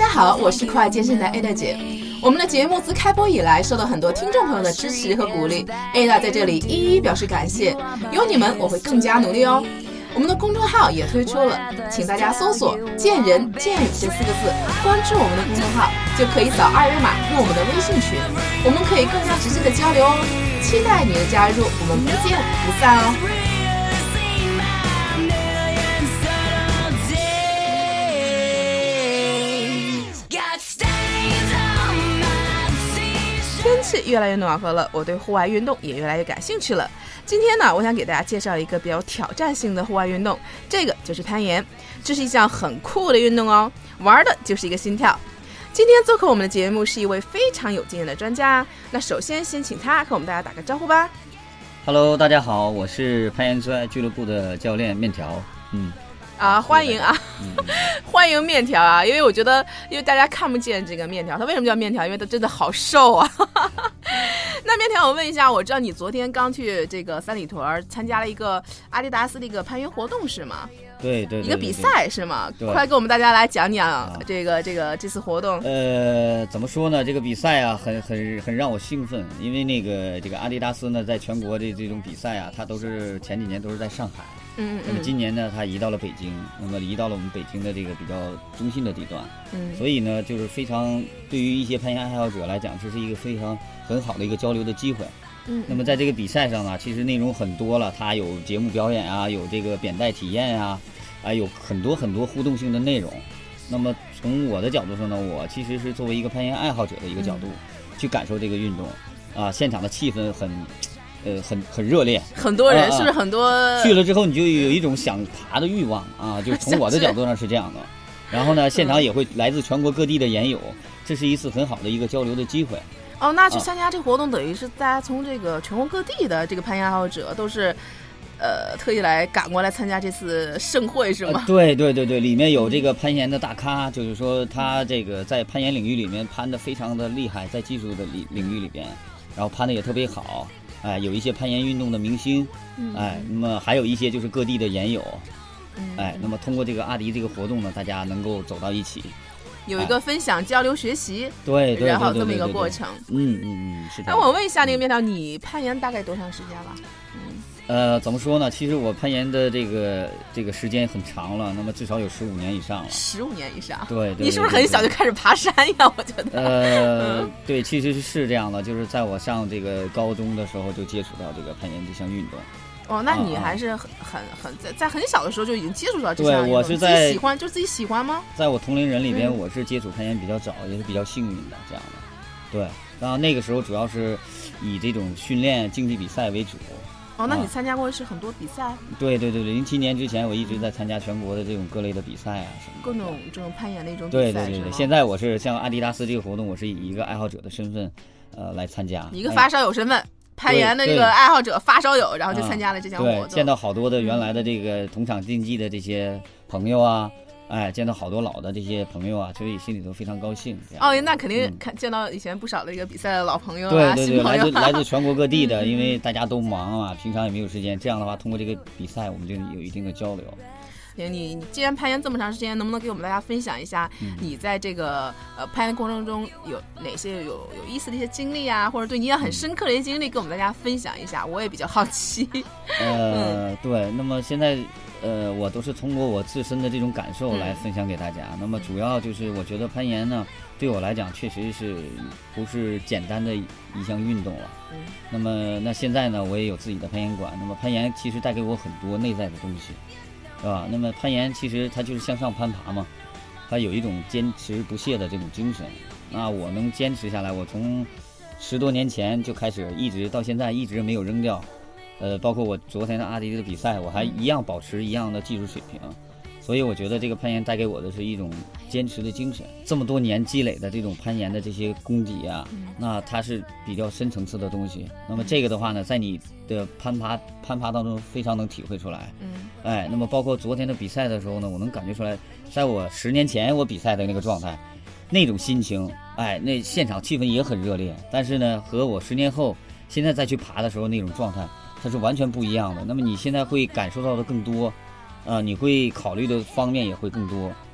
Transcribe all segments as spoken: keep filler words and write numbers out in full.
家好，我是酷爱健身的 Ada 姐。我们的节目自开播以来，受到很多听众朋友的支持和鼓励 ，Ada 在这里一一表示感谢。有你们，我会更加努力哦。我们的公众号也推出了，请大家搜索“健人健语”这四个字，关注我们的公众号，就可以扫二维码入我们的微信群，我们可以更加直接的交流哦。期待你的加入，我们不见不散哦。天气越来越暖和了，我对户外运动也越来越感兴趣了。今天呢，我想给大家介绍一个比较挑战性的户外运动，这个就是攀岩。这是一项很酷的运动哦，玩的就是一个心跳。今天做客我们的节目是一位非常有经验的专家，那首先先请他和我们大家打个招呼吧。 Hello， 大家好，我是攀岩之爱俱乐部的教练面条。嗯。 啊，欢迎啊，嗯、欢迎面条啊！因为我觉得，因为大家看不见这个面条，它为什么叫面条？因为它真的好瘦啊。那面条，我问一下，我知道你昨天刚去这个三里屯参加了一个阿迪达斯的一个攀岩活动，是吗？ 对 对, 对, 对， 一个比赛是吗？快给我们大家来讲讲、啊、这个这个这次活动。 呃，怎么说呢？这个比赛啊，很很很让我兴奋，因为那个这个阿迪达斯呢，在全国的这种比赛啊，它都是前几年都是在上海。 嗯嗯， 那么今年呢，它移到了北京，那么移到了我们北京的这个比较中心的地段。嗯，所以呢，就是非常对于一些攀岩爱好者来讲，这是一个非常很好的一个交流的机会。嗯，那么在这个比赛上呢，其实内容很多了，它有节目表演啊，有这个扁带体验啊，啊，有很多很多互动性的内容。那么从我的角度上呢，我其实是作为一个攀岩爱好者的一个角度、嗯、去感受这个运动啊，现场的气氛很。呃，很很热烈， 很多人、啊、是不是很多去了之后，你就有一种想爬的欲望啊？就是从我的角度上是这样的。然后呢，现场也会来自全国各地的岩友，这是一次很好的一个交流的机会。 哦，那去参加这个活动，等于是大家从这个全国各地的这个攀岩爱好者都是，呃，特意来赶过来参加这次盛会，是吗？ 呃、对对对对，里面有这个攀岩的大咖，就是说他这个在攀岩领域里面攀得非常的厉害，在技术的领领域里边，然后攀得也特别好。哎，有一些攀岩运动的明星，哎，那么还有一些就是各地的岩友，哎，那么通过这个阿迪这个活动呢，大家能够走到一起， 有一个分享、哎、交流、学习， 对，对， 然后这么一个过程。 嗯嗯嗯，是的。 那我问一下那个面条，你攀岩大概多长时间了？嗯。 呃，怎么说呢？其实我攀岩的这个这个时间很长了，那么至少有十五年以上了。 十五年以上， 对， 对, 对, 对， 你是不是很小就开始爬山呀？我觉得。 呃，嗯、对，其实是这样的，就是在我上这个高中的时候就接触到这个攀岩这项运动。 哦，那你还是很、啊、很很在在很小的时候就已经接触到这项运动。 对，我是在自己喜欢，就是自己喜欢吗？ 在我同龄人里边，嗯、我是接触攀岩比较早，也是比较幸运的这样的。对，然后那个时候主要是以这种训练竞技比赛为主。 哦，那你参加过的是很多比赛？啊、 对对对对，零七年之前我一直在参加全国的这种各类的比赛啊什么的。 各种这种攀岩的一种比赛。对对对对，现在我是像阿迪达斯这个活动，我是以一个爱好者的身份，呃，来参加。 一个发烧友身份，哎、攀岩的这个爱好者发烧友，然后就参加了这项活动。 对，见到好多的原来的这个同场竞技的这些朋友啊。哎，见到好多老的这些朋友啊，所以心里都非常高兴。 哦，那肯定看、嗯、见到以前不少的一个比赛的老朋友啊， 对对对， 新朋友来自来自全国各地的，嗯、因为大家都忙啊，平常也没有时间。这样的话，通过这个比赛，我们就有一定的交流。 你你既然攀岩这么长时间，能不能给我们大家分享一下，你在这个呃攀岩过程中有哪些有有意思的一些经历啊，或者对你印象很深刻的一些经历，跟我们大家分享一下？我也比较好奇。 呃，嗯、对，那么现在。呃，我都是通过我自身的这种感受来分享给大家。嗯、那么主要就是我觉得攀岩呢，对我来讲确实是不是简单的一项运动了。嗯。那么那现在呢，我也有自己的攀岩馆。那么攀岩其实带给我很多内在的东西，是吧？那么攀岩其实它就是向上攀爬嘛，它有一种坚持不懈的这种精神。那我能坚持下来，我从十多年前就开始，一直到现在一直没有扔掉。呃，包括我昨天的阿迪的比赛，我还一样保持一样的技术水平，所以我觉得这个攀岩带给我的是一种坚持的精神。这么多年积累的这种攀岩的这些功底啊，那它是比较深层次的东西。那么这个的话呢，在你的攀爬攀爬当中非常能体会出来。嗯，哎，那么包括昨天的比赛的时候呢，我能感觉出来，在我十年前我比赛的那个状态，那种心情，哎，那现场气氛也很热烈。但是呢，和我十年后现在再去爬的时候那种状态，它是完全不一样的。那么你现在会感受到的更多，啊、呃，你会考虑的方面也会更多。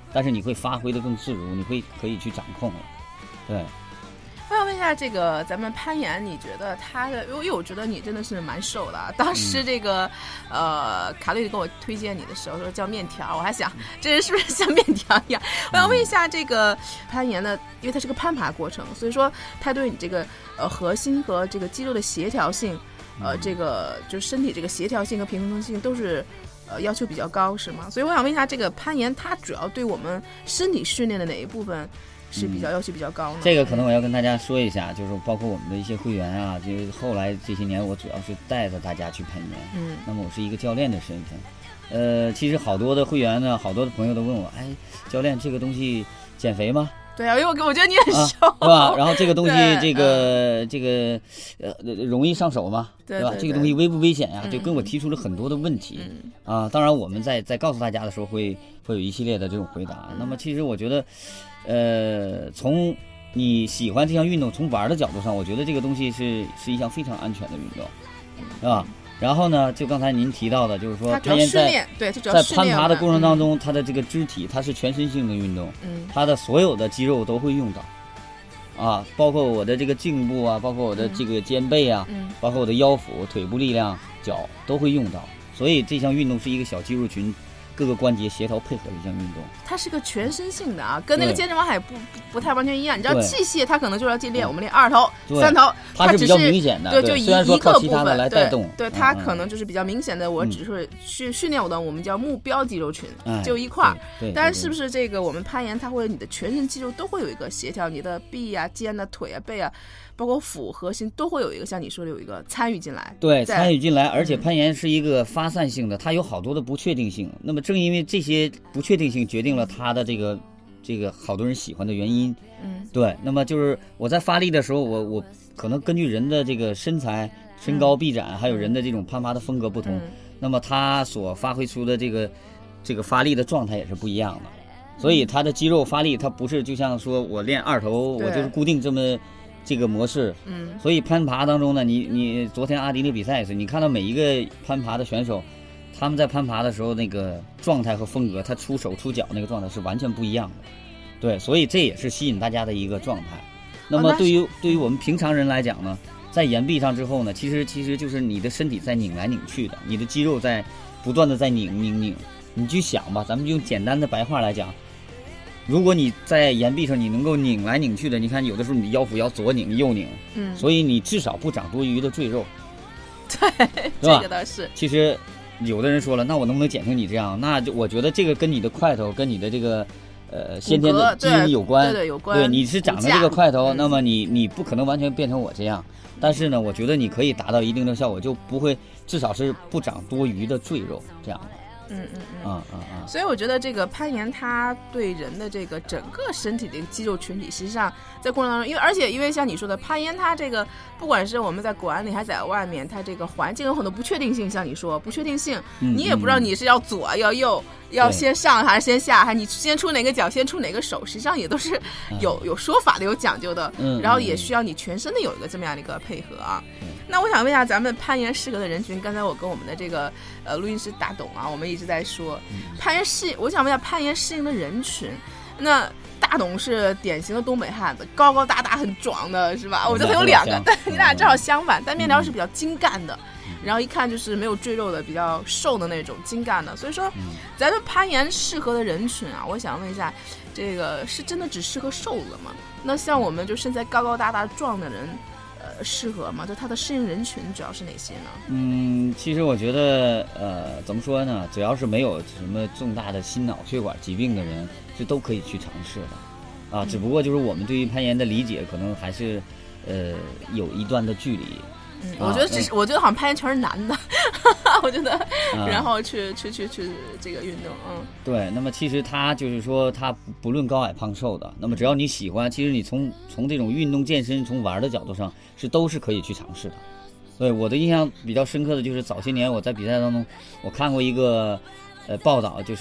但是你会发挥的更自如，你会可以去掌控了。对。 我想问一下，这个咱们攀岩，你觉得他的，因为我觉得你真的是蛮瘦的。当时这个，嗯、呃，卡莉给我推荐你的时候说叫面条，我还想这人是不是像面条一样？我想问一下，这个攀岩的，因为它是个攀爬过程，所以说它对你这个呃核心和这个肌肉的协调性，呃，这个就是身体这个协调性和平衡性都是。呃，要求比较高是吗？所以我想问一下，这个攀岩它主要对我们身体训练的哪一部分是比较要求比较高呢？ 嗯、这个可能我要跟大家说一下，就是包括我们的一些会员啊，就是后来这些年我主要是带着大家去攀岩，嗯，那么我是一个教练的身份，呃，其实好多的会员呢，好多的朋友都问我，哎，教练这个东西减肥吗？ 对啊，因为我我觉得你很瘦， 啊、是吧？然后这个东西，这个、嗯、这个呃容易上手吗？ 对吧？这个东西危不危险呀、啊？就跟我提出了很多的问题、嗯、啊。当然，我们在在告诉大家的时候会会有一系列的这种回答。嗯、那么，其实我觉得，呃，从你喜欢这项运动，从玩的角度上，我觉得这个东西是是一项非常安全的运动，是吧？然后呢，就刚才您提到的，就是说攀岩在对在攀爬的过程当中，它的这个肢体它是全身性的运动，嗯，它的所有的肌肉都会用到，啊，包括我的这个颈部啊，包括我的这个肩背啊，嗯，包括我的腰腹、腿部力量、脚都会用到，所以这项运动是一个小肌肉群。各个关节协调配合的一项运动， 它是个全身性的啊，跟那个健身房还不不太完全一样。你知道器械它可能就是要去练，我们练二头、三头， 它是比较明显的， 对，就一虽然说靠其他的来带动， 对，它可能就是比较明显的。我只是去训练我的我们叫目标肌肉群，就一块儿。但是是不是这个我们攀岩，它会你的全身肌肉都会有一个协调，你的臂啊、肩啊、腿啊、背啊。包括腹核心都会有一个像你说的有一个参与进来， 对，参与进来，而且攀岩是一个发散性的，它有好多的不确定性。那么正因为这些不确定性，决定了它的这个这个好多人喜欢的原因。嗯，对。那么就是我在发力的时候，我我可能根据人的这个身材、身高、臂展，还有人的这种攀爬的风格不同，嗯、那么他所发挥出的这个这个发力的状态也是不一样的。所以他的肌肉发力，它不是就像说我练二头，我就是固定这么。这个模式，嗯，所以攀爬当中呢，你你昨天阿迪那比赛时，你看到每一个攀爬的选手，他们在攀爬的时候那个状态和风格，他出手出脚那个状态是完全不一样的，对，所以这也是吸引大家的一个状态。那么对于、哦、对于我们平常人来讲呢，在岩壁上之后呢，其实其实就是你的身体在拧来拧去的，你的肌肉在不断的在拧拧拧，你去想吧，咱们就用简单的白话来讲。如果你在岩壁上你能够拧来拧去的，你看有的时候你的腰腹要左拧右拧，嗯，所以你至少不长多余的赘肉， 对，这个倒是。 其实有的人说了，那我能不能减成你这样？那就我觉得这个跟你的块头，跟你的这个呃先天的基因有关， 对对有关。 对，你是长的这个块头，那么你你不可能完全变成我这样，但是呢，我觉得你可以达到一定的效果，就不会至少是不长多余的赘肉这样的。 嗯嗯嗯啊啊啊！ 所以我觉得这个攀岩，它对人的这个整个身体的肌肉群体，实际上在过程当中，因为而且因为像你说的攀岩，它这个不管是我们在馆里还是在外面，它这个环境有很多不确定性，像你说不确定性， 嗯、 你也不知道你是要左要右，要先上还是先下，还你先出哪个脚，先出哪个手，实际上也都是有有说法的，有讲究的。 嗯， 然后也需要你全身的有一个这么样的一个配合啊。嗯、那我想问一下，咱们攀岩适合的人群，刚才我跟我们的这个呃录音师大董啊，我们一直在说，攀岩适，我想问一下攀岩适应的人群，那。大董是典型的东北汉子，高高大大很壮的是吧？我觉得他有两个，但你俩正好相反。但面条是比较精干的，然后一看就是没有赘肉的，比较瘦的那种精干的。所以说，咱们攀岩适合的人群啊，我想问一下，这个是真的只适合瘦子吗？那像我们就身材高高大大壮的人，呃，适合吗？就他的适应人群主要是哪些呢？ 嗯，其实我觉得，呃，怎么说呢？只要是没有什么重大的心脑血管疾病的人。这都可以去尝试的，啊，只不过就是我们对于攀岩的理解可能还是，呃，有一段的距离。 嗯，我觉得只是，啊、我觉得好像攀岩全是男的，我觉得，啊、然后去去去去这个运动，嗯， 对。那么其实它就是说，它不论高矮胖瘦的，那么只要你喜欢，其实你从从这种运动健身、从玩的角度上是都是可以去尝试的。对，我的印象比较深刻的就是早些年我在比赛当中，我看过一个呃报道，就是。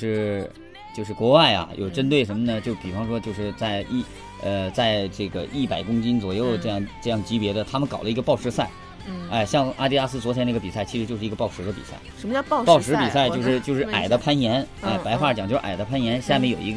就是国外啊，有针对什么呢？就比方说，就是在一呃，在这个一百公斤左右这样、嗯、这样级别的，他们搞了一个抱石赛。嗯，哎，像阿迪达斯昨天那个比赛，其实就是一个抱石的比赛。 什么叫抱石？ 抱石比赛就是就是矮的攀岩，哎，白话讲就是矮的攀岩，下面有一个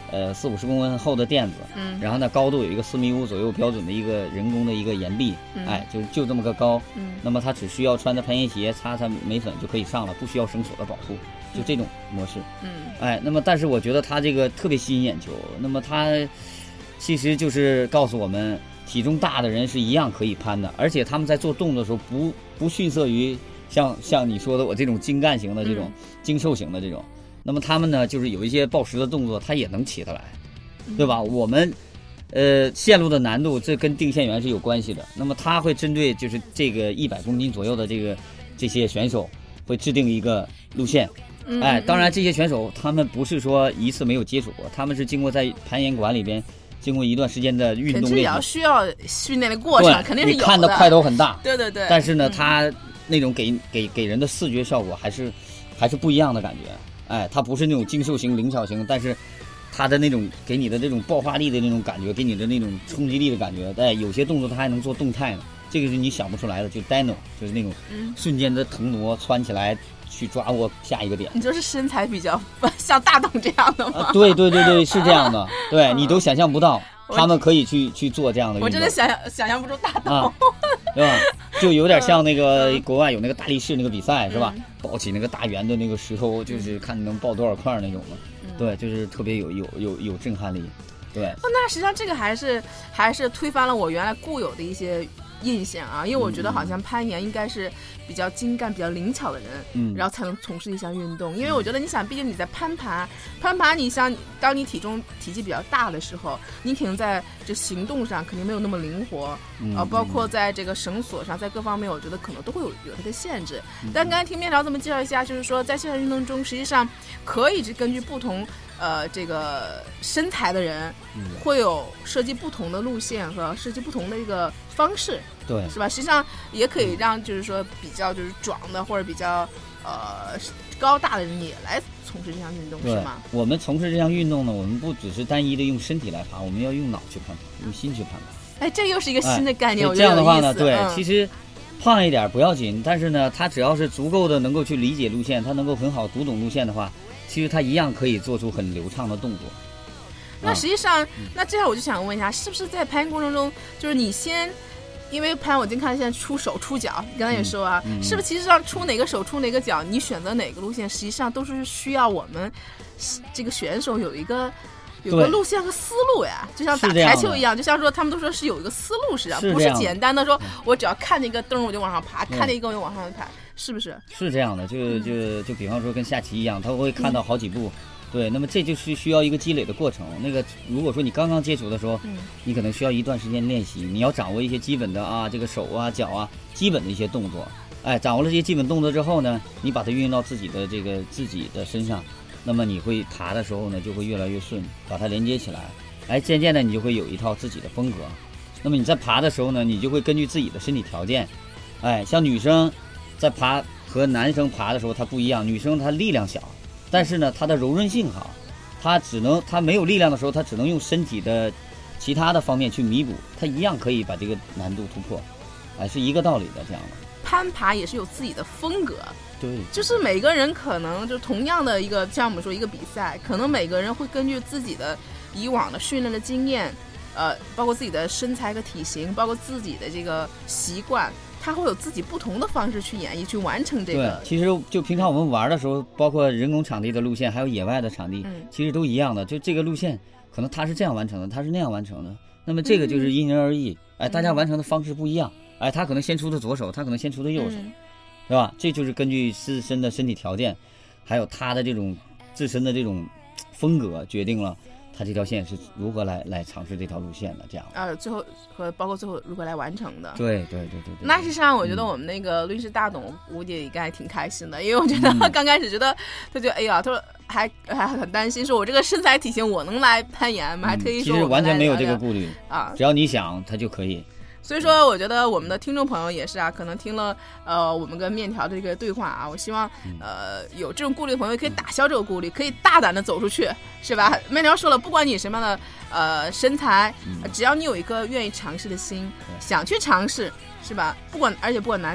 呃四五十公分厚的垫子， 嗯， 然后呢高度有一个四米五左右标准的一个人工的一个岩壁， 嗯、 哎，就就这么个高， 嗯， 那么他只需要穿着攀岩鞋擦擦眉粉就可以上了，不需要绳索的保护，就这种模式， 嗯， 哎，那么但是我觉得他这个特别吸引眼球，那么他其实就是告诉我们，体重大的人是一样可以攀的，而且他们在做动作的时候不不逊色于像像你说的我这种精干型的这种、嗯、精瘦型的这种。那么他们呢，就是有一些抱石的动作，他也能起得来，对吧？我们，呃，线路的难度，这跟定线员是有关系的。那么他会针对就是这个一百公斤左右的这个这些选手，会制定一个路线。哎，当然这些选手他们不是说一次没有接触过，他们是经过在攀岩馆里边经过一段时间的运动练习， 肯定也要需要训练的过程，肯定是有的。 你看的块头很大， 对对对。 但是呢，他那种给给给人的视觉效果还是还是不一样的感觉。哎，它不是那种精瘦型、灵巧型，但是它的那种给你的这种爆发力的那种感觉，给你的那种冲击力的感觉，哎，有些动作它还能做动态呢，这个是你想不出来的，就 Dino 就是那种瞬间的腾挪窜起来去抓握下一个点。 你就是身材比较像大董这样的吗？ 啊、对对对对，是这样的，对你都想象不到。他们可以去去做这样的运动， 我真的想象想象不出大董、 啊，对吧？就有点像那个国外有那个大力士那个比赛、嗯、是吧？抱起那个大圆的那个石头，就是看能抱多少块那种的、嗯，对，就是特别有有有有震撼力，对。 哦，那实际上这个还是还是推翻了我原来固有的一些印象啊，因为我觉得好像攀岩应该是比较精干、比较灵巧的人，嗯，然后才能从事一项运动。因为我觉得，你想，毕竟你在攀爬，攀爬，你像当你体重体积比较大的时候，你可能在这行动上肯定没有那么灵活，嗯、啊，包括在这个绳索上，在各方面，我觉得可能都会有有它的限制。嗯、但刚才听面条这么介绍一下，就是说，在线上运动中，实际上可以是根据不同。呃，这个身材的人会有设计不同的路线和设计不同的一个方式， 对， 是吧？实际上也可以让就是说比较就是壮的或者比较呃高大的人也来从事这项运动，是吗？ 我们从事这项运动呢，我们不只是单一的用身体来爬，我们要用脑去攀爬，用心去攀爬。 哎，这又是一个新的概念， 哎、 我觉得有意思。这样的话呢，对， 嗯、 其实胖一点不要紧，但是呢，他只要是足够的能够去理解路线，他能够很好读懂路线的话。其实它一样可以做出很流畅的动作。 那实际上，嗯、那这样我就想问一下，是不是在攀岩过程中，就是你先，因为攀我已经看现在出手出脚，你刚才也说啊，嗯、是不是其实上出哪个手出哪个脚，你选择哪个路线，实际上都是需要我们这个选手有一个有个路线和思路呀，就像打台球一样，就像说他们都说是有一个思路是啊，不是简单的说我只要看那个灯我就往上爬，嗯、看那个我就往上爬。是不是？ 是这样的，就就就比方说跟下棋一样，他会看到好几步，嗯、对，那么这就是需要一个积累的过程。那个如果说你刚刚接触的时候，嗯、你可能需要一段时间练习，你要掌握一些基本的啊，这个手啊、脚啊，基本的一些动作。哎，掌握了这些基本动作之后呢，你把它运用到自己的这个自己的身上，那么你会爬的时候呢，就会越来越顺，把它连接起来。哎，渐渐的你就会有一套自己的风格。那么你在爬的时候呢，你就会根据自己的身体条件，哎，像女生。在爬和男生爬的时候，它不一样。女生她力量小，但是呢，她的柔韧性好，她只能她没有力量的时候，她只能用身体的其他的方面去弥补，她一样可以把这个难度突破，哎，是一个道理的这样的。 攀爬也是有自己的风格， 对， 就是每个人可能就同样的一个，像我们说一个比赛，可能每个人会根据自己的以往的训练的经验，呃，包括自己的身材和体型，包括自己的这个习惯。他会有自己不同的方式去演绎，去完成这个。 对，其实就平常我们玩的时候，包括人工场地的路线，还有野外的场地，嗯、其实都一样的。就这个路线，可能他是这样完成的，他是那样完成的。那么这个就是因人而异，嗯、哎，大家完成的方式不一样。哎，他可能先出的左手，他可能先出的右手，嗯、是吧？这就是根据自身的身体条件，还有他的这种自身的这种风格，决定了。他这条线是如何来来尝试这条路线的？这样呃，最后和包括最后如何来完成的？ 对对对对对。 那实际上，我觉得我们那个录音室大董估计应该挺开心的，因为我觉得他刚开始觉得，他就哎呀，他说还还很担心，说我这个身材体型我能来攀岩吗？还特意说其实完全没有这个顾虑啊， 只要你想，他就可以。 所以说，我觉得我们的听众朋友也是啊，可能听了呃我们跟面条的这个对话啊，我希望呃有这种顾虑的朋友可以打消这个顾虑，可以大胆的走出去，是吧？面条说了，不管你什么样的呃身材，只要你有一个愿意尝试的心，想去尝试，是吧？不管而且不管男女，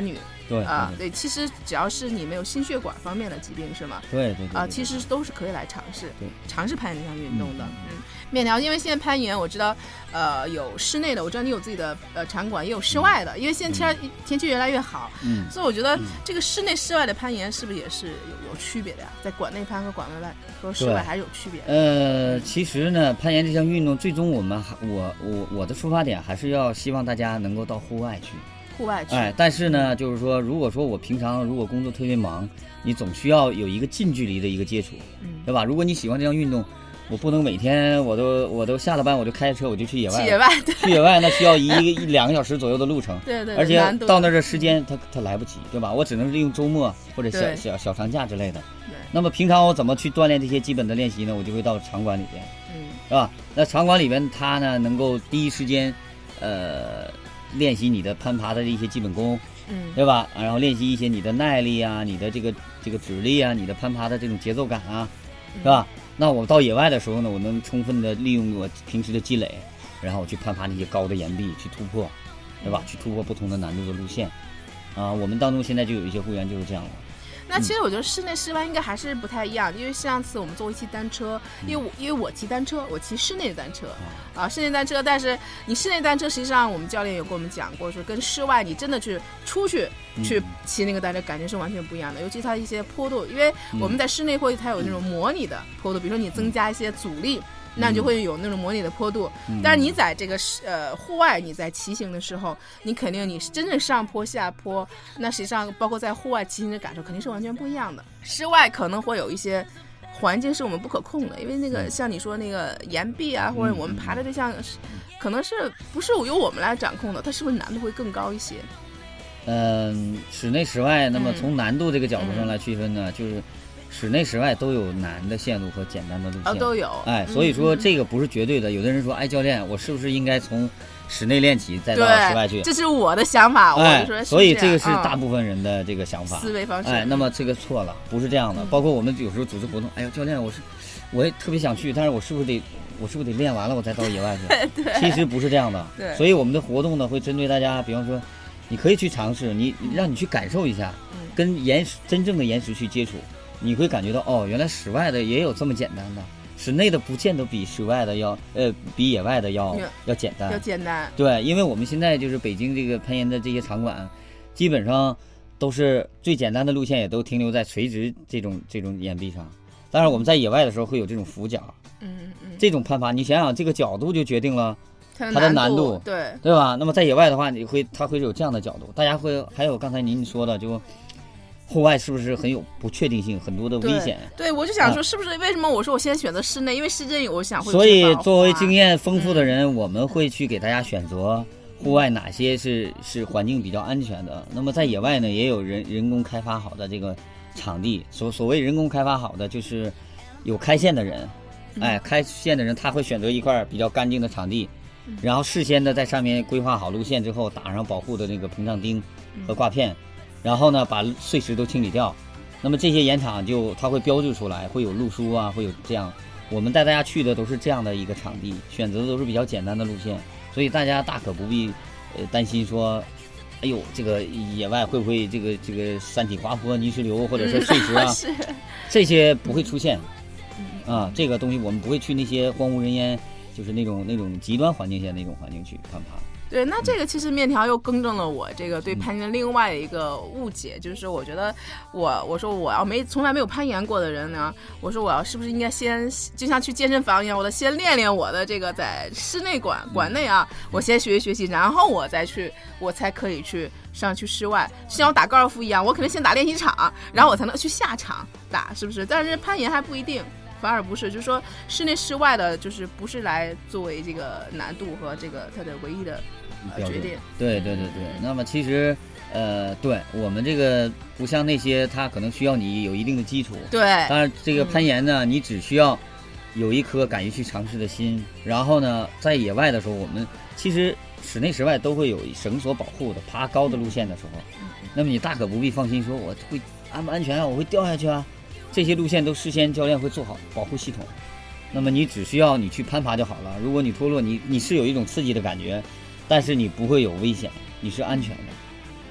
对啊、呃，对，其实只要是你没有心血管方面的疾病是吗？ 对对对啊、 呃，其实都是可以来尝试， 对， 尝试攀岩这项运动的。嗯，嗯面条，因为现在攀岩我知道，呃，有室内的，我知道你有自己的呃场馆，也有室外的，因为现在天、嗯、天气越来越好，嗯，所以我觉得这个室内室外的攀岩是不是也是有有区别的呀？在馆内攀和馆外和室外还是有区别的？ 呃，其实呢，攀岩这项运动最终我们还我我我的出发点还是要希望大家能够到户外去。 户外去， 哎，但是呢，就是说，如果说我平常如果工作特别忙，你总需要有一个近距离的一个接触，嗯，对吧？如果你喜欢这项运动，我不能每天我都我都下了班我就开车我就去野外， 去野外， 去野外那需要一个一两个小时左右的路程， 对 对, 对， 而且到那儿的时间他他来不及，对吧？我只能利用周末或者小小小长假之类的。那么平常我怎么去锻炼这些基本的练习呢？我就会到场馆里边，嗯，是吧？那场馆里边它呢能够第一时间，呃。练习你的攀爬的一些基本功，嗯，对吧？然后练习一些你的耐力啊，你的这个这个指力啊，你的攀爬的这种节奏感啊，是吧？嗯、那我到野外的时候呢，我能充分的利用我平时的积累，然后我去攀爬那些高的岩壁，去突破，对吧？嗯、去突破不同的难度的路线，啊，我们当中现在就有一些会员就是这样的。 那其实我觉得室内室外应该还是不太一样，因为上次我们做一期单车，因为我因为我骑单车，我骑室内的单车，啊，室内单车，但是你室内单车实际上我们教练有跟我们讲过，说跟室外你真的去出去去骑那个单车感觉是完全不一样的，尤其它一些坡度，因为我们在室内会它有那种模拟的坡度，比如说你增加一些阻力。那你就会有那种模拟的坡度，嗯、但是你在这个呃户外，你在骑行的时候，你肯定你真正上坡下坡，那实际上包括在户外骑行的感受肯定是完全不一样的。室外可能会有一些环境是我们不可控的，因为那个像你说那个岩壁啊，或者我们爬的这项，可能是不是由我们来掌控的，它是不是难度会更高一些？ 嗯，室内室外，那么从难度这个角度上来区分呢，嗯、就是。室内室外都有难的线路和简单的路线， 哦，都有。 哎，所以说这个不是绝对的。嗯、有的人说，哎，教练，我是不是应该从室内练起，再到室外去？ 这是我的想法。 哎， 我就说所以这个是大部分人的这个想法、 嗯、思维方式。 哎，那么这个错了，不是这样的。嗯、包括我们有时候组织活动，哎呦，教练，我是我也特别想去，但是我是不是得我是不是得练完了我再到野外去？对， 其实不是这样的。 对， 所以我们的活动呢，会针对大家，比方说，你可以去尝试，你让你去感受一下，嗯、跟岩石真正的岩石去接触。你会感觉到哦，原来室外的也有这么简单的，室内的不见得比室外的要呃比野外的要要简单， 要简单。 对，因为我们现在就是北京这个攀岩的这些场馆，基本上都是最简单的路线，也都停留在垂直这种这种岩壁上。当然，我们在野外的时候会有这种俯角，嗯嗯，这种攀爬，你想想这个角度就决定了它的难度， 对对吧？那么在野外的话，你会它会有这样的角度，大家会还有刚才您说的就。户外是不是很有不确定性，很多的危险？ 对，对我就想说，是不是为什么我说我现在选择室内？因为室内我想会。 所以作为经验丰富的人，嗯、我们会去给大家选择户外哪些是是环境比较安全的。那么在野外呢，也有人人工开发好的这个场地。所所谓人工开发好的，就是有开线的人，哎，开线的人他会选择一块比较干净的场地，然后事先的在上面规划好路线之后，打上保护的那个屏障钉和挂片。然后呢，把碎石都清理掉，那么这些岩场就它会标志出来，会有路书啊，会有这样。我们带大家去的都是这样的一个场地，选择的都是比较简单的路线，所以大家大可不必呃担心说，哎呦，这个野外会不会这个这个山体滑坡、泥石流或者是碎石啊， 嗯、是这些不会出现。啊，这个东西我们不会去那些荒无人烟，就是那种那种极端环境下那种环境去攀爬。 对，那这个其实面条又更正了我这个对攀岩另外一个误解，就是我觉得我我说我要没从来没有攀岩过的人呢，我说我要是不是应该先就像去健身房一样，我得先练练我的这个在室内馆馆内啊，我先学习学习，然后我再去我才可以去上去室外，就像我打高尔夫一样，我肯定先打练习场，然后我才能去下场打，是不是？但是攀岩还不一定。反而不是，就是说室内室外的，就是不是来作为这个难度和这个它的唯一的、呃、决定。 对对对对。那么其实，呃，对我们这个不像那些，它可能需要你有一定的基础。 对。 当然，这个攀岩呢，嗯、你只需要有一颗敢于去尝试的心。然后呢，在野外的时候，我们其实室内室外都会有绳索保护的，爬高的路线的时候，嗯、那么你大可不必放心说我会安不安全啊，我会掉下去啊。这些路线都事先教练会做好保护系统，那么你只需要你去攀爬就好了。如果你脱落，你你是有一种刺激的感觉，但是你不会有危险，你是安全的。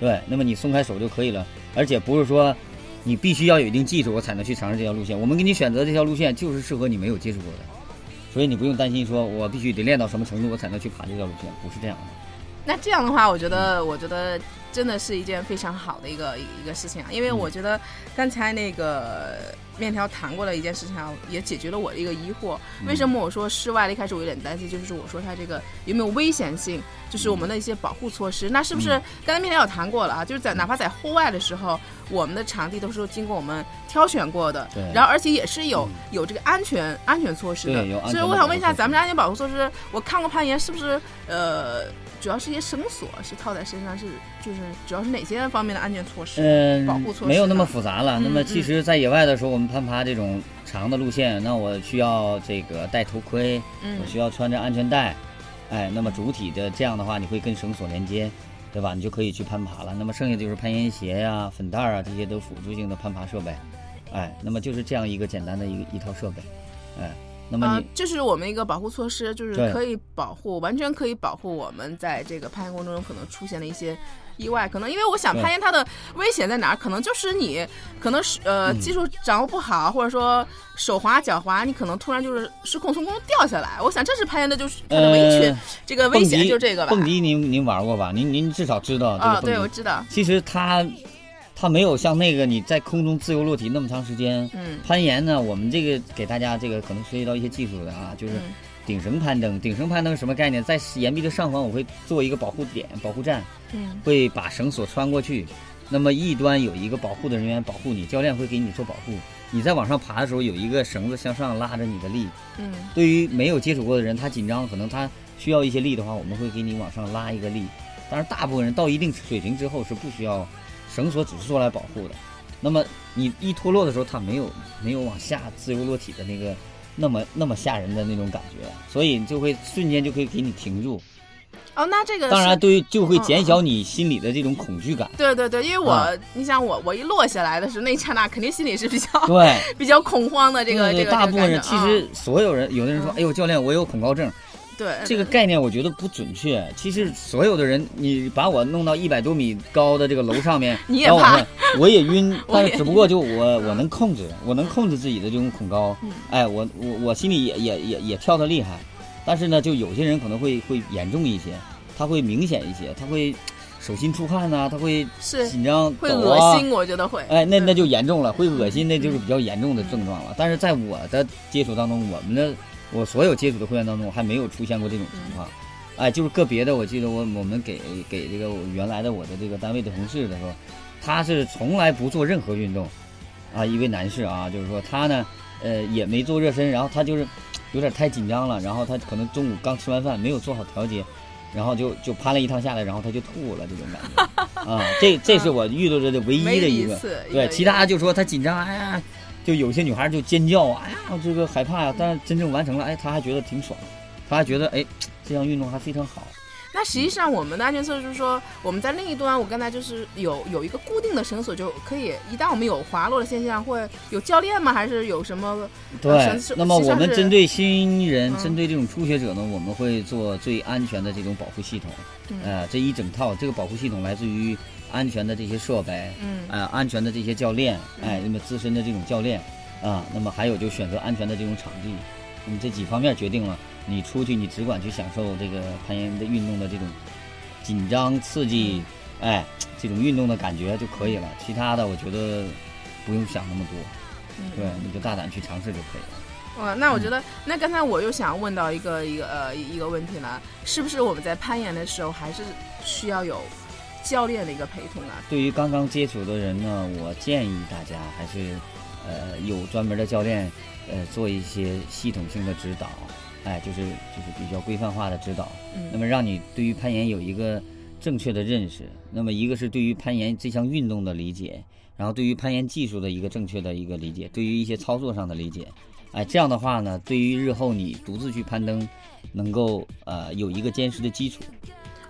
对，那么你松开手就可以了，而且不是说你必须要有一定技术我才能去尝试这条路线，我们给你选择这条路线就是适合你没有接触过的，所以你不用担心说我必须得练到什么程度我才能去爬这条路线，不是这样的。 那这样的话，我觉得，嗯、我觉得真的是一件非常好的一个一个事情啊，因为我觉得刚才那个面条谈过的一件事情啊，也解决了我的一个疑惑。为什么我说室外的一开始我有点担心，就是我说它这个有没有危险性，就是我们的一些保护措施。那是不是刚才面条有谈过了啊？就是在哪怕在户外的时候，我们的场地都是经过我们挑选过的，然后而且也是有、嗯、有这个安全安全措施的。所以我想问一下，咱们安全保护措施，我看过攀岩是不是呃？主要是一些绳索是套在身上，是就是主要是哪些方面的安全措施？嗯，保护措施没有那么复杂了。 嗯、 那么其实，在野外的时候，我们攀爬这种长的路线，那我需要这个戴头盔，嗯、我需要穿着安全带，哎，那么主体的这样的话，你会跟绳索连接，对吧？你就可以去攀爬了。那么剩下就是攀岩鞋呀、啊、粉袋啊，这些都辅助性的攀爬设备，哎，那么就是这样一个简单的一个一套设备，哎。那么你、呃、 就是我们一个保护措施，就是可以保护，完全可以保护我们在这个攀岩过程中可能出现的一些意外。可能因为我想攀岩它的危险在哪儿？可能就是你可能是呃技术掌握不好、嗯，或者说手滑脚滑，你可能突然就是失控从空中掉下来。我想这是攀岩的就是它的危险、呃，这个危险就这个吧。 蹦迪您您玩过吧？您您至少知道这个蹦迪。 哦，对，我知道。 其实它。它没有像那个你在空中自由落体那么长时间。嗯，攀岩呢，我们这个给大家这个可能涉及到一些技术的啊，就是顶绳攀登。顶绳攀登什么概念？在岩壁的上方，我会做一个保护点、保护站，嗯，会把绳索穿过去。那么一端有一个保护的人员保护你，教练会给你做保护。你在往上爬的时候，有一个绳子向上拉着你的力。嗯，对于没有接触过的人，他紧张，可能他需要一些力的话，我们会给你往上拉一个力。当然，大部分人到一定水平之后是不需要。绳索只是做来保护的，那么你一脱落的时候，它没有没有往下自由落体的那个那么那么吓人的那种感觉，所以就会瞬间就可以给你停住。 哦，那这个当然对，就会减小你心里的这种恐惧感。 嗯、对对对，因为我、啊、你想我我一落下来的时候，那一刹那肯定心里是比较对比较恐慌的。这个对对这个大部分人、 这个、 其实所有人，有的人说，嗯、哎呦教练，我有恐高症。 对这个概念我觉得不准确。其实所有的人，你把我弄到一百多米高的这个楼上面， 你也怕， 我, 我也晕，但是只不过就我我能控制，我能控制自己的这种恐高。嗯、哎，我我我心里也也也也跳得厉害，但是呢，就有些人可能会会严重一些，他会明显一些，他会手心出汗呐、啊，他会紧张、 会恶心，我觉得会。 哎，那那就严重了，会恶心，那就是比较严重的症状了。嗯、但是在我的接触当中，我们的。我所有接触的会员当中，我还没有出现过这种情况，哎，就是个别的。我记得我我们给给这个原来的我的这个单位的同事的时候，他是从来不做任何运动，啊，一位男士啊，就是说他呢，呃，也没做热身，然后他就是有点太紧张了，然后他可能中午刚吃完饭没有做好调节，然后就就攀了一趟下来，然后他就吐了，这种感觉啊，这这是我遇到的唯一的一个，对，其他就说他紧张，哎呀。就有些女孩就尖叫啊，哎呀，这个害怕呀、啊，但是真正完成了，哎，她还觉得挺爽，她还觉得哎，这项运动还非常好。 那实际上我们的安全措施就是说，我们在另一端，我刚才就是有有一个固定的绳索，就可以一旦我们有滑落的现象，会有教练吗？还是有什么？ 对，呃、那么我们针对新人、嗯，针对这种初学者呢，我们会做最安全的这种保护系统。嗯、呃，这一整套这个保护系统来自于。安全的这些设备，嗯，啊、呃，安全的这些教练，哎，那么资深的这种教练，啊，那么还有就选择安全的这种场地，那么这几方面决定了你出去，你只管去享受这个攀岩的运动的这种紧张刺激，哎，这种运动的感觉就可以了。其他的我觉得不用想那么多，对，你就大胆去尝试就可以了。 哇，那我觉得，嗯、那刚才我又想问到一个一个呃一个问题了，是不是我们在攀岩的时候还是需要有教练的一个陪同啊？ 对于刚刚接触的人呢，我建议大家还是，呃，有专门的教练，呃，做一些系统性的指导，哎，就是就是比较规范化的指导，嗯，那么让你对于攀岩有一个正确的认识。那么一个是对于攀岩这项运动的理解，然后对于攀岩技术的一个正确的一个理解，对于一些操作上的理解，哎，这样的话呢，对于日后你独自去攀登，能够呃有一个坚实的基础。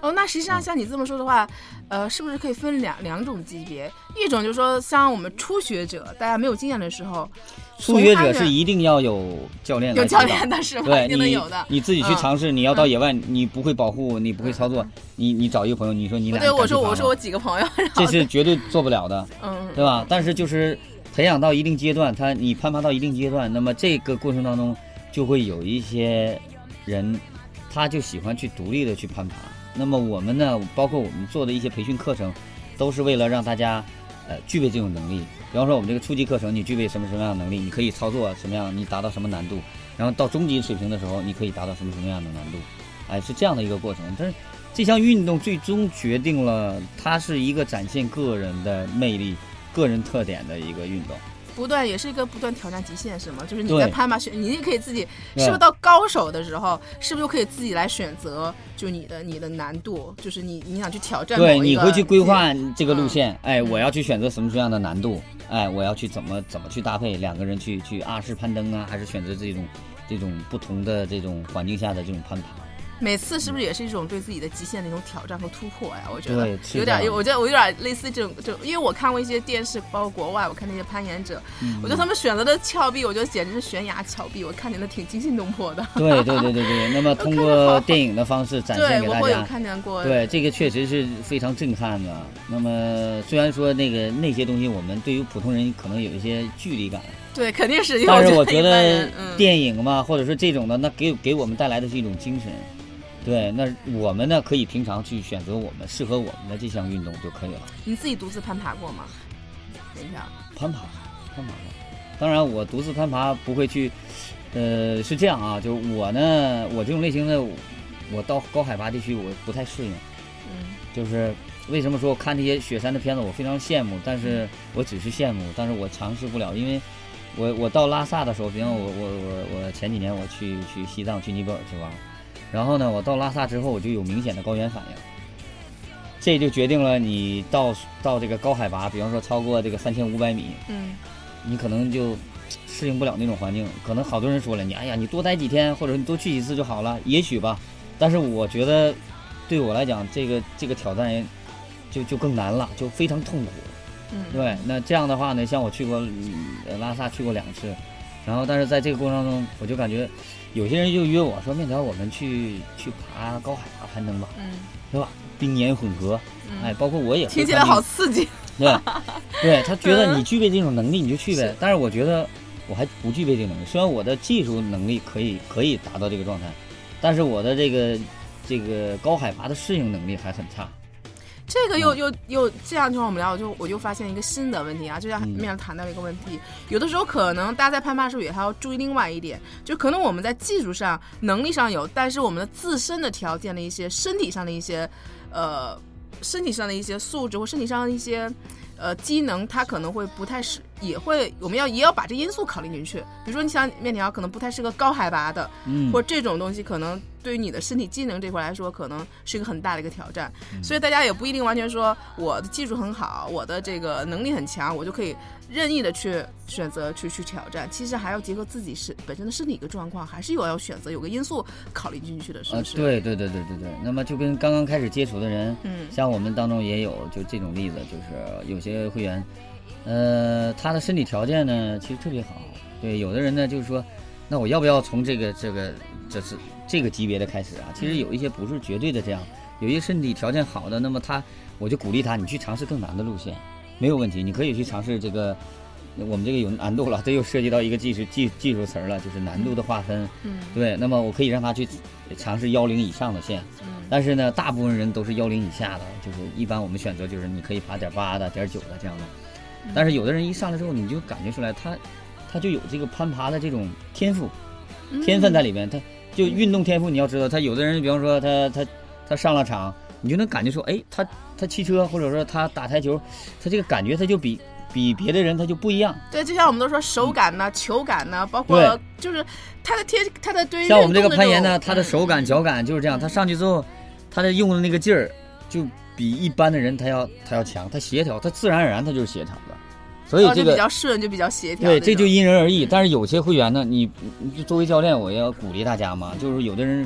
哦，那实际上像你这么说的话，呃，是不是可以分两两种级别？一种就是说，像我们初学者，大家没有经验的时候， 初学者是一定要有教练来有教练的是吧？ 对， 一定能有的。 你你自己去尝试，嗯、你要到野外，你不会保护，你不会操作，嗯、你你找一个朋友，你说你俩对，我说我说我几个朋友， 这是绝对做不了的， 嗯， 对吧？但是就是培养到一定阶段，他你攀爬到一定阶段，那么这个过程当中就会有一些人，他就喜欢去独立的去攀爬。那么我们呢，包括我们做的一些培训课程，都是为了让大家呃具备这种能力。比方说我们这个初级课程，你具备什么什么样的能力，你可以操作什么样，你达到什么难度，然后到中级水平的时候，你可以达到什么什么样的难度，哎，是这样的一个过程。但是这项运动最终决定了它是一个展现个人的魅力、个人特点的一个运动。 不断也是一个不断挑战极限，是吗？就是你在攀爬选，你也可以自己，是不是到高手的时候，是不是就可以自己来选择，就你的你的难度，就是你你想去挑战某一个。 对，你会去规划这个路线， 嗯、 哎，我要去选择什么什么样的难度，哎，我要去怎么怎么去搭配两个人去去阿式攀登啊，还是选择这种这种不同的这种环境下的这种攀爬。 每次是不是也是一种对自己的极限的一种挑战和突破呀？我觉得对， 有点，我觉得我有点类似这种，就因为我看过一些电视，包括国外，我看那些攀岩者，嗯、我觉得他们选择的峭壁，我觉得简直是悬崖峭壁，我看见的挺惊心动魄的。 对对对对对，那么通过电影的方式展现给大家， 对，我会有看见过。 对，这个确实是非常震撼的。那么虽然说那个那些东西，我们对于普通人可能有一些距离感。 对，肯定是。 但是我觉得电影嘛，嗯、或者说这种的，那给给我们带来的是一种精神。对，那我们呢可以平常去选择我们适合我们的这项运动就可以了。 你自己独自攀爬过吗？等一下， 攀爬，攀爬过。当然，我独自攀爬不会去，呃，是这样啊，就我呢，我这种类型的，我到高海拔地区我不太适应。 嗯。就是为什么说我看这些雪山的片子我非常羡慕，但是我只是羡慕，但是我尝试不了，因为我我到拉萨的时候，比方我我我我前几年我去去西藏去尼泊尔去玩。然后呢，我到拉萨之后，我就有明显的高原反应，这就决定了你到到这个高海拔，比方说超过这个三千五百米， 嗯， 你可能就适应不了那种环境。可能好多人说了，你哎呀，你多待几天，或者你多去几次就好了，也许吧。但是我觉得，对我来讲，这个这个挑战就就更难了，就非常痛苦。 嗯， 对。那这样的话呢，像我去过拉萨去过两次，然后但是在这个过程中，我就感觉。有些人就约我说：“面条，我们去去爬高海拔攀登吧， 嗯， 对吧？冰岩混合， 嗯、 哎，包括我也听起来好刺激。 对，对他觉得你具备这种能力，你就去呗。嗯、但是我觉得我还不具备这个能力。虽然我的技术能力可以可以达到这个状态，但是我的这个这个高海拔的适应能力还很差。” 这个又又又这样，就让我们聊，就我就发现一个新的问题啊，就像面上谈到了一个问题，嗯、有的时候可能大家在攀爬的时候也还要注意另外一点，就可能我们在技术上、能力上有，但是我们的自身的条件的一些身体上的一些，呃，身体上的一些素质或身体上的一些，呃，机能，它可能会不太适，也会我们要也要把这因素考虑进去。比如说，你想面条可能不太适合高海拔的， 嗯， 或者这种东西可能。对于你的身体机能这块来说，可能是一个很大的一个挑战，嗯、所以大家也不一定完全说我的技术很好，我的这个能力很强，我就可以任意的去选择去去挑战。其实还要结合自己是本身的身体一个状况，还是有要选择有个因素考虑进去的，是不是？ 呃、对对对对对对。那么就跟刚刚开始接触的人， 嗯， 像我们当中也有就这种例子，就是有些会员，呃，他的身体条件呢其实特别好，对，有的人呢就是说，那我要不要从这个这个这是。这个级别的开始啊，其实有一些不是绝对的这样，有一些身体条件好的，那么他我就鼓励他，你去尝试更难的路线，没有问题，你可以去尝试这个，我们这个有难度了，这又涉及到一个技术技技术词了，就是难度的划分， 嗯， 对，那么我可以让他去尝试幺零以上的线， 嗯， 但是呢，大部分人都是幺零以下的，就是一般我们选择就是你可以爬点八的、点九的这样的，但是有的人一上来之后，你就感觉出来他他就有这个攀爬的这种天赋，天分在里面，他。就运动天赋，你要知道，他有的人，比方说他他他上了场，你就能感觉出，哎，他他骑车或者说他打台球，他这个感觉他就比比别的人他就不一样。 对，就像我们都说手感呢、嗯、球感呢，包括就是他的贴他的对于像我们这个攀岩呢，他的手感、脚感就是这样，他上去之后，他的用的那个劲儿就比一般的人他要他要强，他协调，他自然而然他就是协调的。所以这个、 哦、比较顺，就比较协调。 对，这就因人而异。嗯、但是有些会员呢，你你作为教练，我要鼓励大家嘛，就是有的人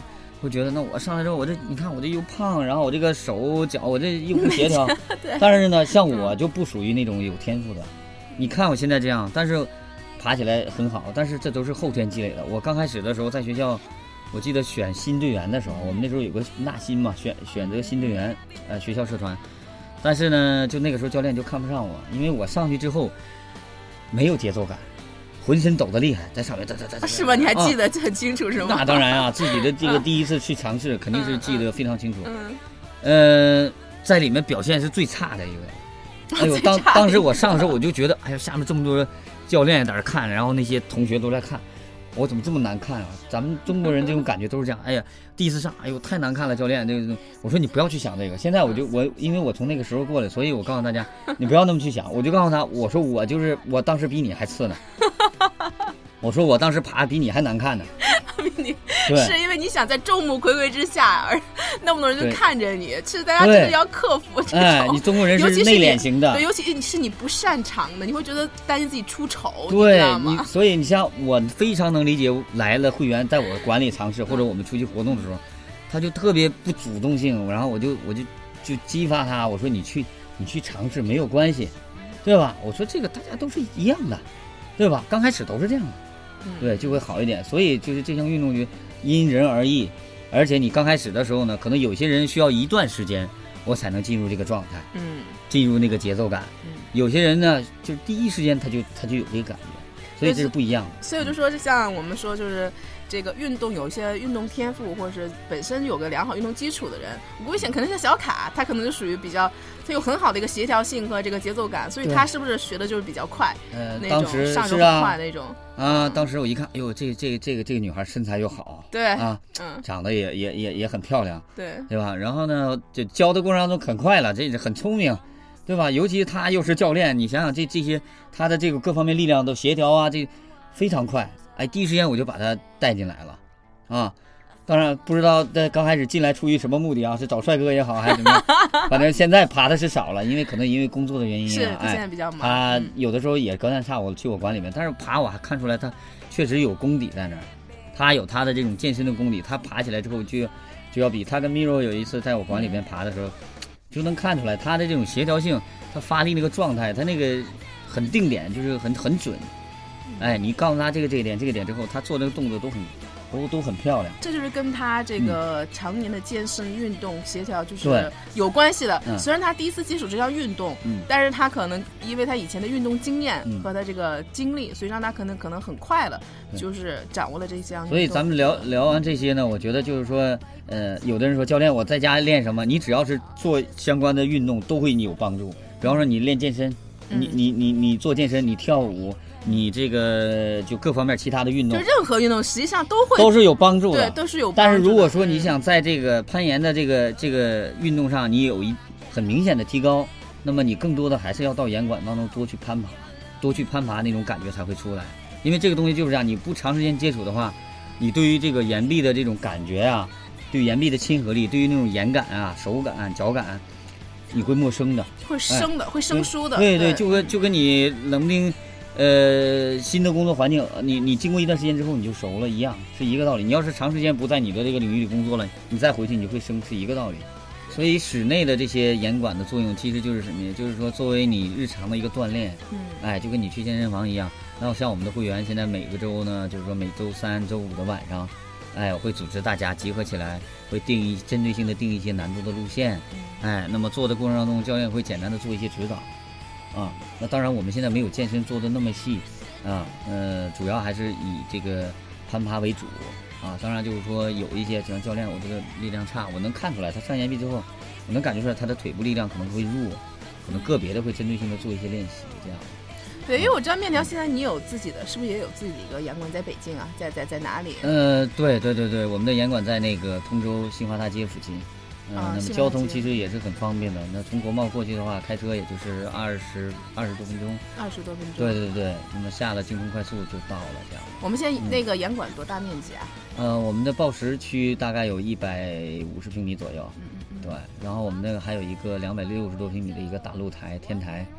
会觉得那我上来之后，我这你看我这又胖，然后我这个手脚我这又不协调。但是呢，像我就不属于那种有天赋的。你看我现在这样，但是爬起来很好，但是这都是后天积累的。我刚开始的时候在学校，我记得选新队员的时候，我们那时候有个纳新嘛，选选择新队员，呃，学校社团。但是呢，就那个时候教练就看不上我，因为我上去之后没有节奏感。浑身抖得厉害，在上面哒哒哒哒， 是吧？你还记得很清楚是吗？ 那当然啊，自己的这个第一次去尝试，肯定是记得非常清楚。 嗯， 呃，在里面表现是最差的一个。哎呦，当当时我上的时候，我就觉得，哎呀，下面这么多教练在那看，然后那些同学都在看，我怎么这么难看啊？咱们中国人这种感觉都是这样。哎呀，第一次上，哎呦，太难看了，教练。这个，我说你不要去想这个。现在我就我，因为我从那个时候过来，所以我告诉大家，你不要那么去想。我就告诉他，我说我就是我当时比你还次呢。我说我当时爬比你还难看呢， 比你是因为你想在众目睽睽之下，而那么多人就看着你，其实大家真的要克服这种。 哎，你中国人是内敛型的， 对，尤其是你不擅长的，你会觉得担心自己出丑， 对， 你知道吗？ 你所以你像我非常能理解来了会员在我管理尝试，或者我们出去活动的时候，他就特别不主动性，然后我就我就就激发他，我说你去你去尝试没有关系，对吧？我说这个大家都是一样的，对吧？刚开始都是这样的。对，就会好一点。所以就是这项运动就因人而异，而且你刚开始的时候呢，可能有些人需要一段时间，我才能进入这个状态， 嗯， 进入那个节奏感。 嗯， 有些人呢，就是第一时间他就他就有这个感觉，所以这是不一样的。 所以我就说，就像我们说，就是这个运动有一些运动天赋，或者是本身有个良好运动基础的人，我估计可能像小卡，他可能就属于比较。他有很好的一个协调性和这个节奏感，所以他是不是学的就是比较快？ 呃， 那当时上手很快那种啊。当时我一看，哎呦，这这这个这个女孩身材又好， 对啊， 嗯， 长得也也也也很漂亮， 对对吧？然后呢，就教的过程当中很快了，这很聪明，对吧？尤其他又是教练，你想想这这些他的这个各方面力量都协调啊，这非常快。哎，第一时间我就把他带进来了，啊。当然不知道在刚开始进来出于什么目的啊，是找帅哥也好还是怎么样，反正现在爬的是少了，因为可能因为工作的原因啊， 是他现在比较忙。 他有的时候也隔三差五去我馆里面，但是爬我还看出来他确实有功底在那儿，他有他的这种健身的功底，他爬起来之后就就要比他跟 Miro 有一次在我馆里面爬的时候，就能看出来他的这种协调性，他发力那个状态，他那个很定点，就是很很准。哎，你告诉他这个这个点这个点之后，他做这个动作都很。都都很漂亮， 这就是跟他这个常年的健身、嗯、运动协调就是有关系的。 嗯、 虽然他第一次接触这项运动， 嗯， 但是他可能因为他以前的运动经验和他这个经历，嗯、所以让他可能可能很快了，就是掌握了这项运动。 所以咱们聊聊完这些呢，我觉得就是说，呃，有的人说教练我在家练什么，你只要是做相关的运动都会有帮助。比方说你练健身， 嗯、 你你你你做健身，你跳舞。你这个就各方面其他的运动， 就任何运动实际上都会都是有帮助的， 对，都是有帮助的。 但是如果说你想在这个攀岩的这个这个运动上，你有一很明显的提高，那么你更多的还是要到岩馆当中多去攀爬，多去攀爬那种感觉才会出来。因为这个东西就是这样，你不长时间接触的话，你对于这个岩壁的这种感觉啊，对岩壁的亲和力，对于那种岩感啊、手感、脚感，你会陌生的， 会生的，哎、会生疏的。 对对， 对就跟就跟你冷不丁。呃，新的工作环境，你你经过一段时间之后你就熟了一样，是一个道理。你要是长时间不在你的这个领域里工作了，你再回去你就会生，是一个道理。所以室内的这些岩馆的作用其实就是什么呀？就是说作为你日常的一个锻炼， 嗯， 哎，就跟你去健身房一样。然后像我们的会员，现在每个周呢，就是说每周三、周五的晚上，哎，我会组织大家集合起来，会定一针对性的定一些难度的路线，哎，那么做的过程当中，教练会简单的做一些指导。啊，那当然我们现在没有健身做的那么细，啊，呃，主要还是以这个攀爬为主，啊，当然就是说有一些像教练，我这个力量差，我能看出来，他上岩壁之后，我能感觉出来他的腿部力量可能会弱，可能个别的会针对性的做一些练习，这样。 对，因为我知道面条现在你有自己的，是不是也有自己的一个岩馆在北京啊？在在在哪里？ 呃，对对对对，我们的岩馆在那个通州新华大街附近。嗯、呃，那么交通其实也是很方便的。那从国贸过去的话，开车也就是二十二十多分钟。 二十多分钟。 对对对，那么下了京通快速就到了，这样。 我们现在那个岩馆多大面积啊？ 嗯、呃，我们的报时区大概有一百五十平米左右。 嗯嗯嗯。 对，然后我们那个还有一个两百六十多平米的一个大露台天台，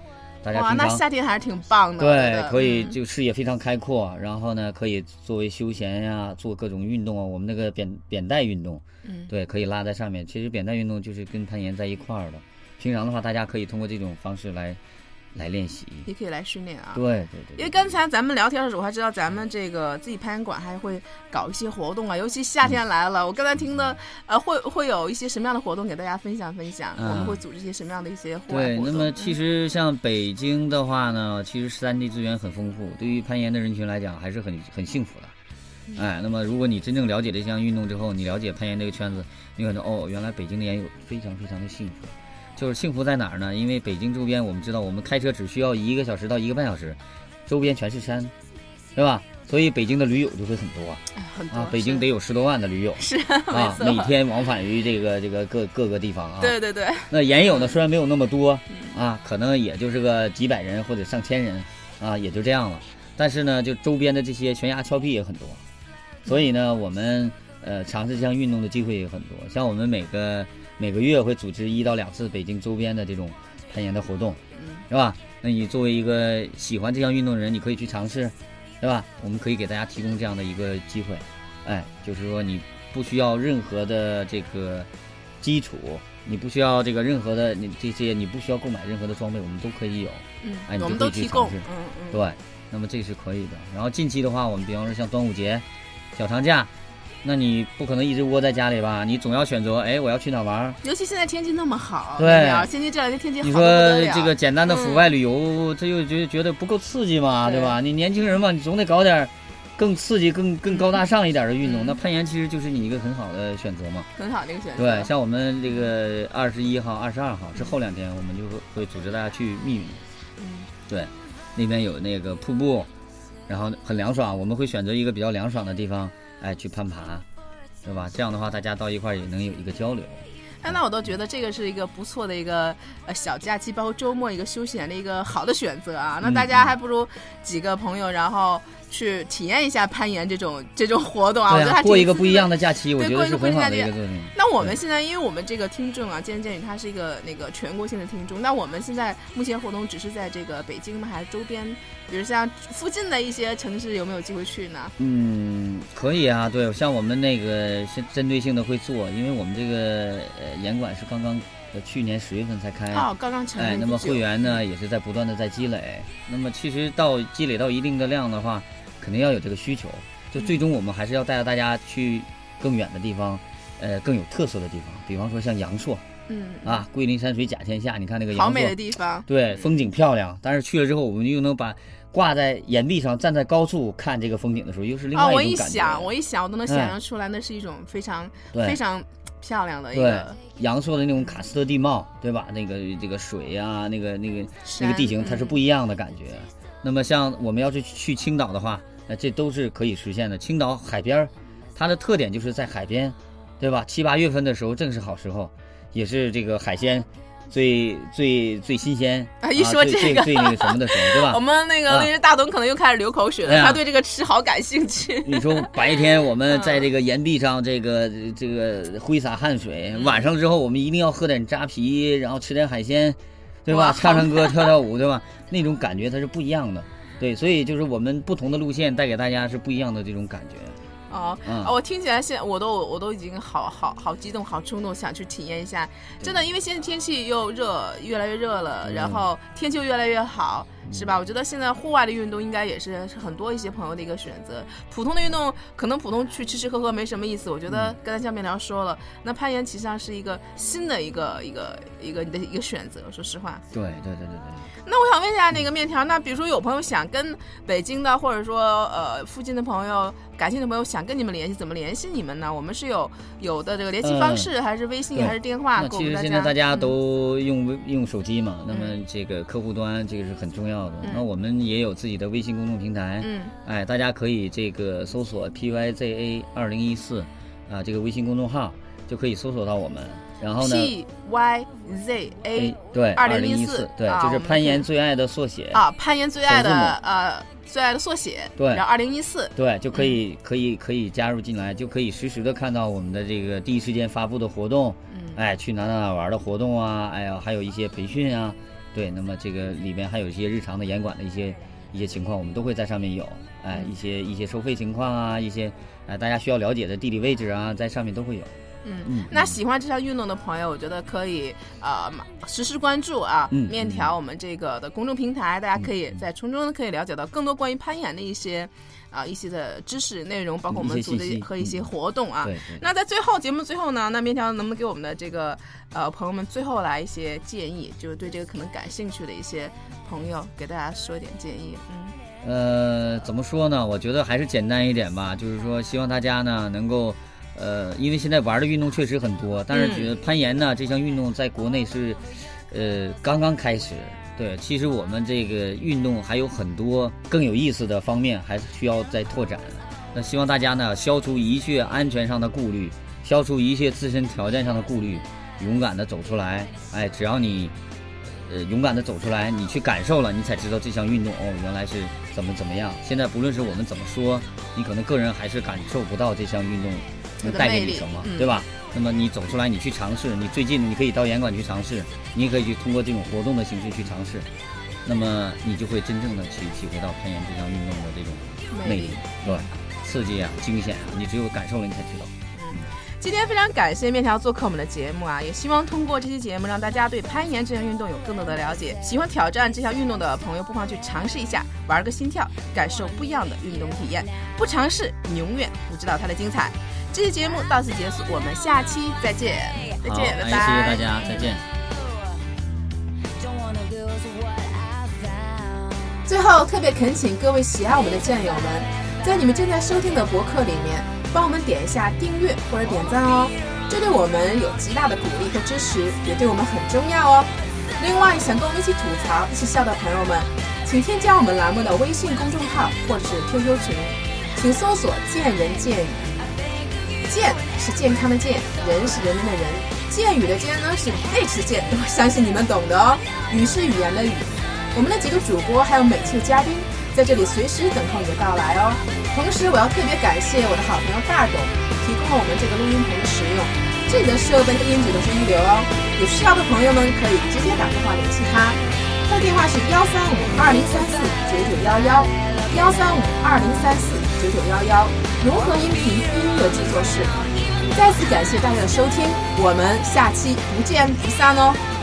大家哇， 平常那夏天还是挺棒的。 对，可以嗯、 就视野非常开阔，然后呢，可以作为休闲呀，做各种运动啊。我们那个扁扁带运动， 嗯， 对，可以拉在上面。其实扁带运动就是跟攀岩在一块儿的。平常的话，大家可以通过这种方式来。来练习， 也可以来训练啊。 对对 对, 对。 因为刚才咱们聊天的时候，我还知道咱们这个自己攀岩馆还会搞一些活动啊，尤其夏天来了，嗯、我刚才听的，呃，会会有一些什么样的活动给大家分享分享？嗯、我们会组织一些什么样的一些户外活动？ 对，那么其实像北京的话呢，嗯、其实山地资源很丰富，对于攀岩的人群来讲还是很很幸福的。嗯、哎，那么如果你真正了解这项运动之后，你了解攀岩这个圈子，你可能哦，原来北京的岩友非常非常的幸福。就是幸福在哪儿呢？因为北京周边，我们知道我们开车只需要一个小时到一个半小时，周边全是山，对吧？所以北京的驴友就会很多， 哎、很多啊，北京得有十多万的驴友， 是啊，每天往返于这个这个各各个地方啊。 对对对。 那岩友呢，虽然没有那么多啊，可能也就是个几百人或者上千人啊，也就这样了。但是呢，就周边的这些悬崖峭壁也很多，所以呢，我们呃尝试这项运动的机会也很多。像我们每个。每个月会组织一到两次北京周边的这种攀岩的活动，嗯，是吧？那你作为一个喜欢这项运动的人，你可以去尝试，对吧？我们可以给大家提供这样的一个机会，哎，就是说你不需要任何的这个基础，你不需要这个任何的你这些，你不需要购买任何的装备，我们都可以有， 嗯， 哎，你我们都提供，嗯嗯，对，那么这是可以的。然后近期的话，我们比方说像端午节、小长假。那你不可能一直窝在家里吧？你总要选择，哎，我要去哪玩？ 尤其现在天气那么好， 对， 天气这两天天气好。 你说这个简单的阜外旅游，嗯、这又觉觉得不够刺激嘛，对, 对吧？你年轻人嘛，你总得搞点更刺激、更更高大上一点的运动。嗯、那攀岩其实就是你一个很好的选择嘛， 很好的一个选择。 对，像我们这个二十一号、二十二号之后两天，我们就会组织大家去密云。嗯，对，那边有那个瀑布，然后很凉爽，我们会选择一个比较凉爽的地方。哎，去攀爬，对吧？这样的话，大家到一块儿也能有一个交流。 哎，那我都觉得这个是一个不错的一个呃小假期，包括周末一个休闲的一个好的选择啊。那大家还不如几个朋友，然后去体验一下攀岩这种这种活动啊。 对啊， 我觉得还过一个不一样的假期，我觉得是很好的一个作品。 那我们现在，因为我们这个听众啊，见仁见智，他是一个那个全国性的听众。那我们现在目前活动只是在这个北京吗？还是周边？比如像附近的一些城市，有没有机会去呢？ 嗯，可以啊。对，像我们那个是针对性的会做，因为我们这个呃严管是刚刚呃去年十月份才开， 哦，刚刚成立。 哎，那么会员呢也是在不断的在积累。那么其实到积累到一定的量的话，肯定要有这个需求。就最终我们还是要带着大家去更远的地方，呃，更有特色的地方，比方说像阳朔。 嗯啊，桂林山水甲天下，你看那个阳朔好美的地方， 对，风景漂亮。但是去了之后，我们又能把挂在岩壁上，站在高处看这个风景的时候，又是另外一种感觉。 哦，我一想，我一想，我都能想象出来，那是一种非常、 嗯、 非常漂亮的一个阳朔的那种喀斯特地貌，对吧？那个这个水啊，那个那个那个地形，它是不一样的感觉。嗯、那么像我们要是去青岛的话，那这都是可以实现的。青岛海边，它的特点就是在海边，对吧？七八月份的时候正是好时候。也是这个海鲜最最最新鲜啊！一说这个、 啊、最, 最那个什么的时候，对吧？ 我们那个那只大董可能又开始流口水了，啊、他对这个吃好感兴趣。 你说白天我们在这个岩壁上这个、嗯、这个挥洒汗水，嗯、晚上之后我们一定要喝点扎啤，然后吃点海鲜，对吧？唱唱歌跳跳舞，对吧？那种感觉它是不一样的。对，所以就是我们不同的路线带给大家是不一样的这种感觉。 哦、嗯啊，我听起来现在我都我都已经好好好激动，好冲动，想去体验一下。真的，因为现在天气又热，越来越热了，嗯、然后天气又越来越好，嗯、是吧？我觉得现在户外的运动应该也是很多一些朋友的一个选择。普通的运动可能普通去吃吃喝喝没什么意思。我觉得刚才像面条说了，那攀岩其实上是一个新的一个一个一个你的一个选择。说实话， 对对对对对。 那我想问一下那个面条，那比如说有朋友想跟北京的或者说呃附近的朋友。感兴趣的朋友想跟你们联系，怎么联系你们呢？我们是有有的这个联系方式，嗯、还是微信，还是电话？ 其实现在大家都用、嗯、用手机嘛，那么这个客户端这个是很重要的。嗯、那我们也有自己的微信公众平台，嗯，哎，大家可以这个搜索 P Y Z A 二零一四啊，这个微信公众号就可以搜索到我们。然后呢 P Y Z A 对二零一四对， 啊、 就是攀岩最爱的缩写啊，攀岩最爱的呃。最爱的缩写， 对， 然后二零一四， 对，就可以、嗯、可以可以加入进来，就可以实时的看到我们的这个第一时间发布的活动，嗯，哎，去哪哪哪玩的活动啊，哎呀，还有一些培训啊， 对，那么这个里边还有一些日常的严管的一些一些情况，我们都会在上面有，哎，一些一些收费情况啊，一些哎大家需要了解的地理位置啊，在上面都会有。 嗯嗯，那喜欢这项运动的朋友，我觉得可以呃实时关注啊， 嗯、 面条我们这个的公众平台，嗯、大家可以在从中可以了解到更多关于攀岩的一些啊、呃、一些的知识内容，包括我们组织和一些活动啊。 嗯、对, 对。 那在最后节目最后呢，那面条能不能给我们的这个呃朋友们最后来一些建议，就是对这个可能感兴趣的一些朋友，给大家说一点建议？ 嗯，呃，怎么说呢？我觉得还是简单一点吧，就是说希望大家呢能够。呃，因为现在玩的运动确实很多，但是觉得攀岩呢、嗯、这项运动在国内是，呃，刚刚开始。对，其实我们这个运动还有很多更有意思的方面，还是需要再拓展。那希望大家呢消除一切安全上的顾虑，消除一切自身条件上的顾虑，勇敢的走出来。哎，只要你，呃，勇敢的走出来，你去感受了，你才知道这项运动哦，原来是怎么怎么样。现在不论是我们怎么说，你可能个人还是感受不到这项运动。能带给你什么、嗯、对吧？那么你走出来，你去尝试，你最近你可以到岩馆去尝试，你也可以去通过这种活动的形式去尝试，那么你就会真正的去体会到攀岩这项运动的这种魅力，对，刺激啊，惊险啊，你只有感受了你才知道。 嗯，今天非常感谢面条做客我们的节目啊，也希望通过这期节目让大家对攀岩这项运动有更多的了解。喜欢挑战这项运动的朋友，不妨去尝试一下，玩个心跳，感受不一样的运动体验。不尝试，你永远不知道它的精彩。这期节目到此结束，我们下期再见。再见，拜拜。 谢谢大家，再见。 最后特别恳请各位喜爱我们的战友们，在你们正在收听的博客里面帮我们点一下订阅或者点赞哦，这对我们有极大的鼓励和支持，也对我们很重要哦。另外想跟我们一起吐槽一起笑的朋友们，请添加我们栏目的微信公众号或者是 Q Q 群，请搜索见人见语。健是健康的健，人是人民的人，健语的健呢是 H 健，我相信你们懂的哦。语是语言的语。我们的几个主播还有每期的嘉宾在这里随时等候你的到来哦。同时我要特别感谢我的好朋友大董提供了我们这个录音棚的使用，这里的设备和音质都是一流哦。有需要的朋友们可以直接打电话联系他，他的电话是幺三五二零三四九九幺幺幺三五二零三四九九幺幺，融合音频音乐制作室。再次感谢大家的收听，我们下期不见不散哦。